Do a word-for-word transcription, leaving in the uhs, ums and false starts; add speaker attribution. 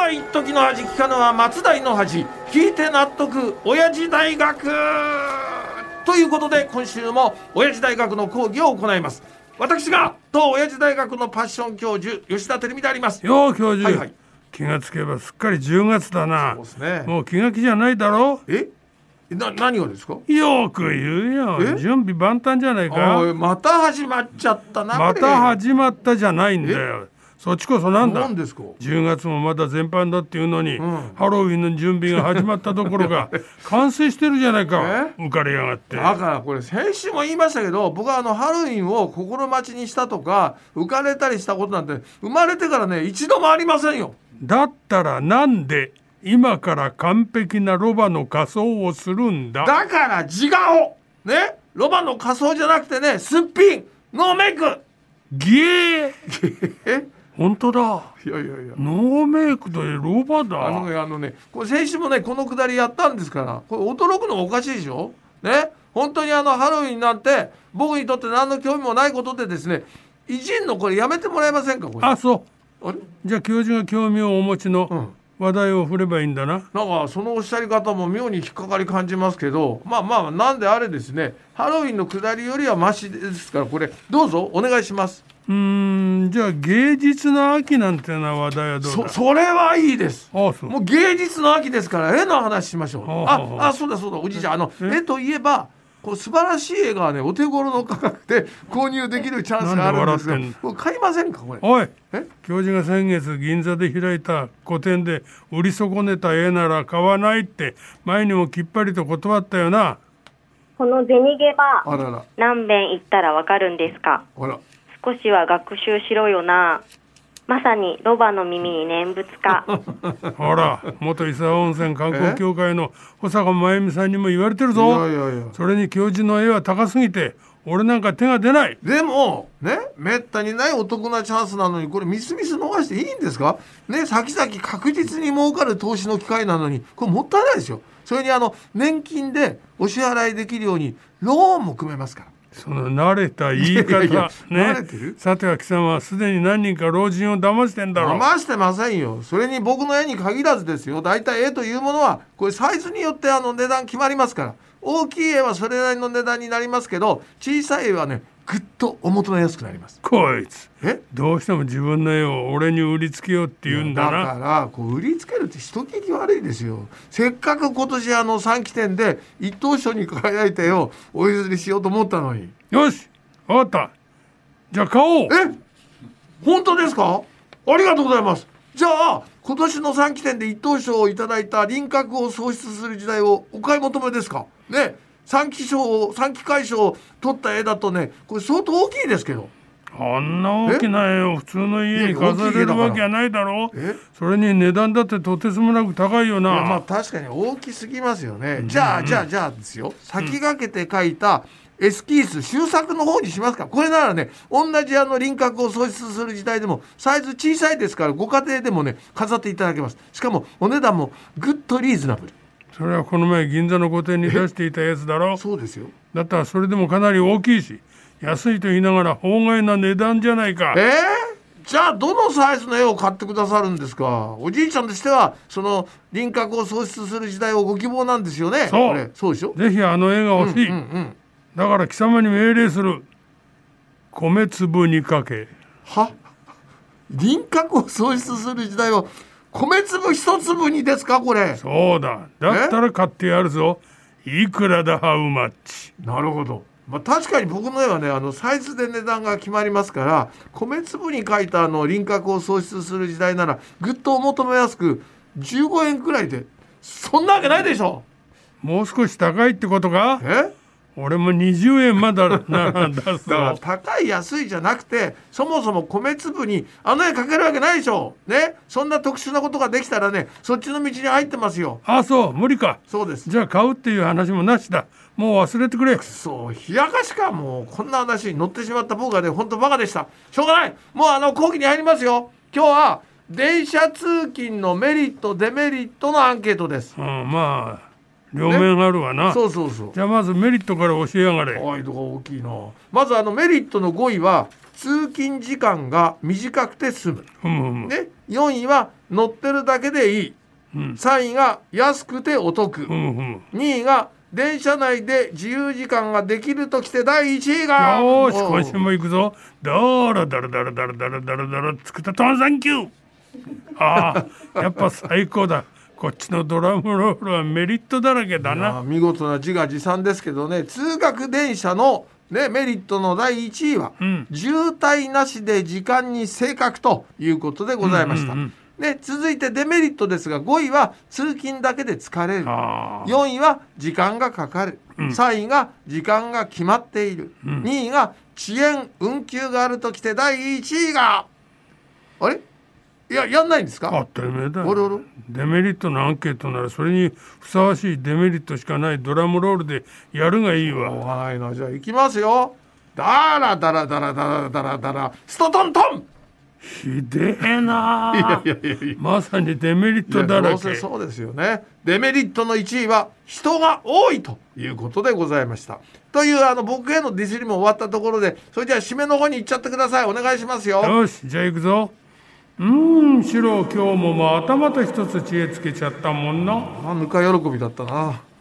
Speaker 1: は一時の恥聞かぬは松代の恥、聞いて納得親父大学ということで、今週も親父大学の講義を行います。私が当親父大学のパッション教授吉田照美であります。
Speaker 2: よう教授、
Speaker 1: はいはい、
Speaker 2: 気がつけばすっかりじゅうがつだな。
Speaker 1: そうですね、
Speaker 2: もう気が気じゃないだろう。
Speaker 1: えな何がですか。
Speaker 2: よく言うよ、準備万端じゃないか。
Speaker 1: おい、また始まっちゃったな。
Speaker 2: また始まったじゃないんだよ。そっちこそなんだ。
Speaker 1: 何ですか。
Speaker 2: じゅうがつもまだ全般だっていうのに、
Speaker 1: うん、
Speaker 2: ハロウィンの準備が始まったどころか完成してるじゃないか。浮かれやがって。
Speaker 1: だからこれ先週も言いましたけど、僕はあのハロウィンを心待ちにしたとか浮かれたりしたことなんて生まれてからね一度もありませんよ。
Speaker 2: だったらなんで今から完璧なロバの仮装をするんだ。
Speaker 1: だから自我をね、ロバの仮装じゃなくてね、すっぴんノーメイク。
Speaker 2: ゲー
Speaker 1: え
Speaker 2: 本当だ。
Speaker 1: いやいやいや、
Speaker 2: ノーメイクでロバだ。
Speaker 1: あのねあのねこれ先週もねこのくだりやったんですから、これ驚くのおかしいでしょね。本当にあのハロウィンなんて僕にとって何の興味もないことでですね、偉人のこれやめてもらえませんか。これ
Speaker 2: あ、そう。
Speaker 1: あれ
Speaker 2: じゃあ教授が興味をお持ちの、
Speaker 1: うん
Speaker 2: 話題を振ればいいんだな。
Speaker 1: なんかそのおっしゃり方も妙に引っかかり感じますけど、まあまあなんであれですね、ハロウィンの下りよりはマシですから、これどうぞお願いします。
Speaker 2: うーん、じゃあ芸術の秋なんてな話題はどうだ。
Speaker 1: そ, それはいいです。
Speaker 2: ああ、そう。
Speaker 1: もう芸術の秋ですから絵の話しましょう。
Speaker 2: ああ
Speaker 1: ああ、そうだそうだ、おじいちゃん、あの絵といえばこう素晴らしい絵がねお手頃の価格で購入できるチャンスがあるんですが、これ買いませんかこれ。
Speaker 2: おい、
Speaker 1: え
Speaker 2: 教授が先月銀座で開いた個展で売り損ねた絵なら買わないって前にもきっぱりと断ったよな。
Speaker 3: この銭ゲバ
Speaker 1: あらら、
Speaker 3: 何遍言ったらわかるんですか。
Speaker 1: あら、
Speaker 3: 少しは学習しろよな。まさにロバの耳に念仏か。
Speaker 2: ほら、元伊佐温泉観光協会の保坂真由美さんにも言われてるぞ。
Speaker 1: いやいやいや、
Speaker 2: それに教授の絵は高すぎて俺なんか手が出ない。
Speaker 1: でもね、めったにないお得なチャンスなのにこれミスミス逃していいんですかね。先々確実に儲かる投資の機会なのにこれもったいないですよ。それにあの年金でお支払いできるようにローンも組めますから。
Speaker 2: その慣れた言い方。
Speaker 1: いやいや
Speaker 2: ね、
Speaker 1: 慣れてる。
Speaker 2: さては貴様はすでに何人か老人を騙してんだろう。
Speaker 1: 騙してませんよ。それに僕の絵に限らずですよ。だいたい絵というものはこれサイズによってあの値段決まりますから、大きい絵はそれなりの値段になりますけど、小さい絵はねぐっとお求めやすくなります。
Speaker 2: こいつ
Speaker 1: え
Speaker 2: どうしても自分の絵を俺に売りつけようって言うんだな。
Speaker 1: だからこう売りつけるって人聞き悪いですよ。せっかく今年あのさんきてんで一等賞に輝いた絵をお譲りしようと思ったのに。
Speaker 2: よし、分かった。じゃあ買おう。
Speaker 1: え本当ですか。ありがとうございます。じゃあ今年のさんきてんで一等賞をいただいた輪郭を創出する時代をお買い求めですかね。さんき賞をさんき会賞を取った絵だとね、これ相当大きいですけど。
Speaker 2: あんな大きな絵を普通の家に飾れるわけはないだろう。
Speaker 1: え
Speaker 2: それに値段だってとてつもなく高いよな。
Speaker 1: まあ確かに大きすぎますよね。じゃあじゃあじゃあですよ、先駆けて描いたエスキース修作の方にしますか。これならね同じあの輪郭を創出する時代でもサイズ小さいですから、ご家庭でもね飾っていただけます。しかもお値段もグッドリーズナブル。
Speaker 2: それはこの前銀座の個展に出していたやつだろ。
Speaker 1: そうですよ。
Speaker 2: だったらそれでもかなり大きいし安いと言いながら法外な値段じゃないか。
Speaker 1: えー、じゃあどのサイズの絵を買ってくださるんですか。おじいちゃんとしてはその輪郭を創出する時代をご希望なんですよね。
Speaker 2: そう、
Speaker 1: これそうでしょ。
Speaker 2: ぜひあの絵が欲しい、
Speaker 1: うんうんうん、
Speaker 2: だから貴様に命令する。米粒にかけ。
Speaker 1: は輪郭を創出する時代を米粒一粒にですかこれ。
Speaker 2: そうだ。だったら買ってやるぞ。いくらだハウマッチ。
Speaker 1: なるほど。まあ、確かに僕の絵はねあのサイズで値段が決まりますから、米粒に描いたあの輪郭を創出する時代ならぐっとお求めやすくじゅうごえんくらいで。そんなわけないでしょ。
Speaker 2: もう少し高いってことか。
Speaker 1: え
Speaker 2: 俺もにじゅうえんまだなら出す
Speaker 1: だから
Speaker 2: ぞ。
Speaker 1: 高い安いじゃなくて、そもそも米粒にあの絵描けるわけないでしょね。そんな特殊なことができたらねそっちの道に入ってますよ。
Speaker 2: あ、そう無理か。
Speaker 1: そうです。
Speaker 2: じゃあ買うっていう話もなしだ。もう忘れてくれ。
Speaker 1: そう冷やかしか。もうこんな話に乗ってしまった僕がね本当バカでした。しょうがない。もうあの講義に入りますよ。今日は電車通勤のメリットデメリットのアンケートです。
Speaker 2: うん、まあ両面あるわな、
Speaker 1: そうそうそう。
Speaker 2: じゃあまずメリットから教えやがれ。
Speaker 1: ああいうとこ大きいな。まずあのメリットのごいは通勤時間が短くて済む、
Speaker 2: ふむふむ、
Speaker 1: ね、よんいは乗ってるだけでいい、
Speaker 2: うん、
Speaker 1: さんいが安くてお得、
Speaker 2: ふむふむ、
Speaker 1: にいが電車内で自由時間ができるときてだいいちいが、
Speaker 2: よーし今週も行くぞ。だらだらだらだらだらだらだらつくたとんサンキュー。ああやっぱ最高だ。こっちのドラムロールはメリットだらけだ
Speaker 1: いや
Speaker 2: な。
Speaker 1: 見事な自画自賛ですけどね、通学電車の、ね、メリットのだいいちいは、
Speaker 2: うん、
Speaker 1: 渋滞なしで時間に正確ということでございました、
Speaker 2: うんうんうん、
Speaker 1: で続いてデメリットですが、ごいは通勤だけで疲れる、
Speaker 2: あ
Speaker 1: よんいは時間がかかる、
Speaker 2: うん、
Speaker 1: さんいが時間が決まっている、
Speaker 2: うん、
Speaker 1: にいが遅延運休があるときてだいいちいが、あれいややんないんですか。
Speaker 2: 当たり前だ。
Speaker 1: おろおろ
Speaker 2: デメリットのアンケートならそれにふさわしいデメリットしかないドラムロールでやるがいいわ。
Speaker 1: はいな、じゃあ行きますよ。だらだらだらだらだらだらストトントン。
Speaker 2: ひでえな。
Speaker 1: いやいやいやいや、
Speaker 2: まさにデメリットだら
Speaker 1: どうせ
Speaker 2: け。
Speaker 1: そうですよね。デメリットのいちいは人が多いということでございました。というあの僕へのディスりも終わったところで、それじゃあ締めの方に行っちゃってください。お願いしますよ。
Speaker 2: よしじゃあ行くぞ。うーんシロ今日もまたまた一つ知恵つけちゃったもんな。
Speaker 1: あ、ぬか喜びだったな。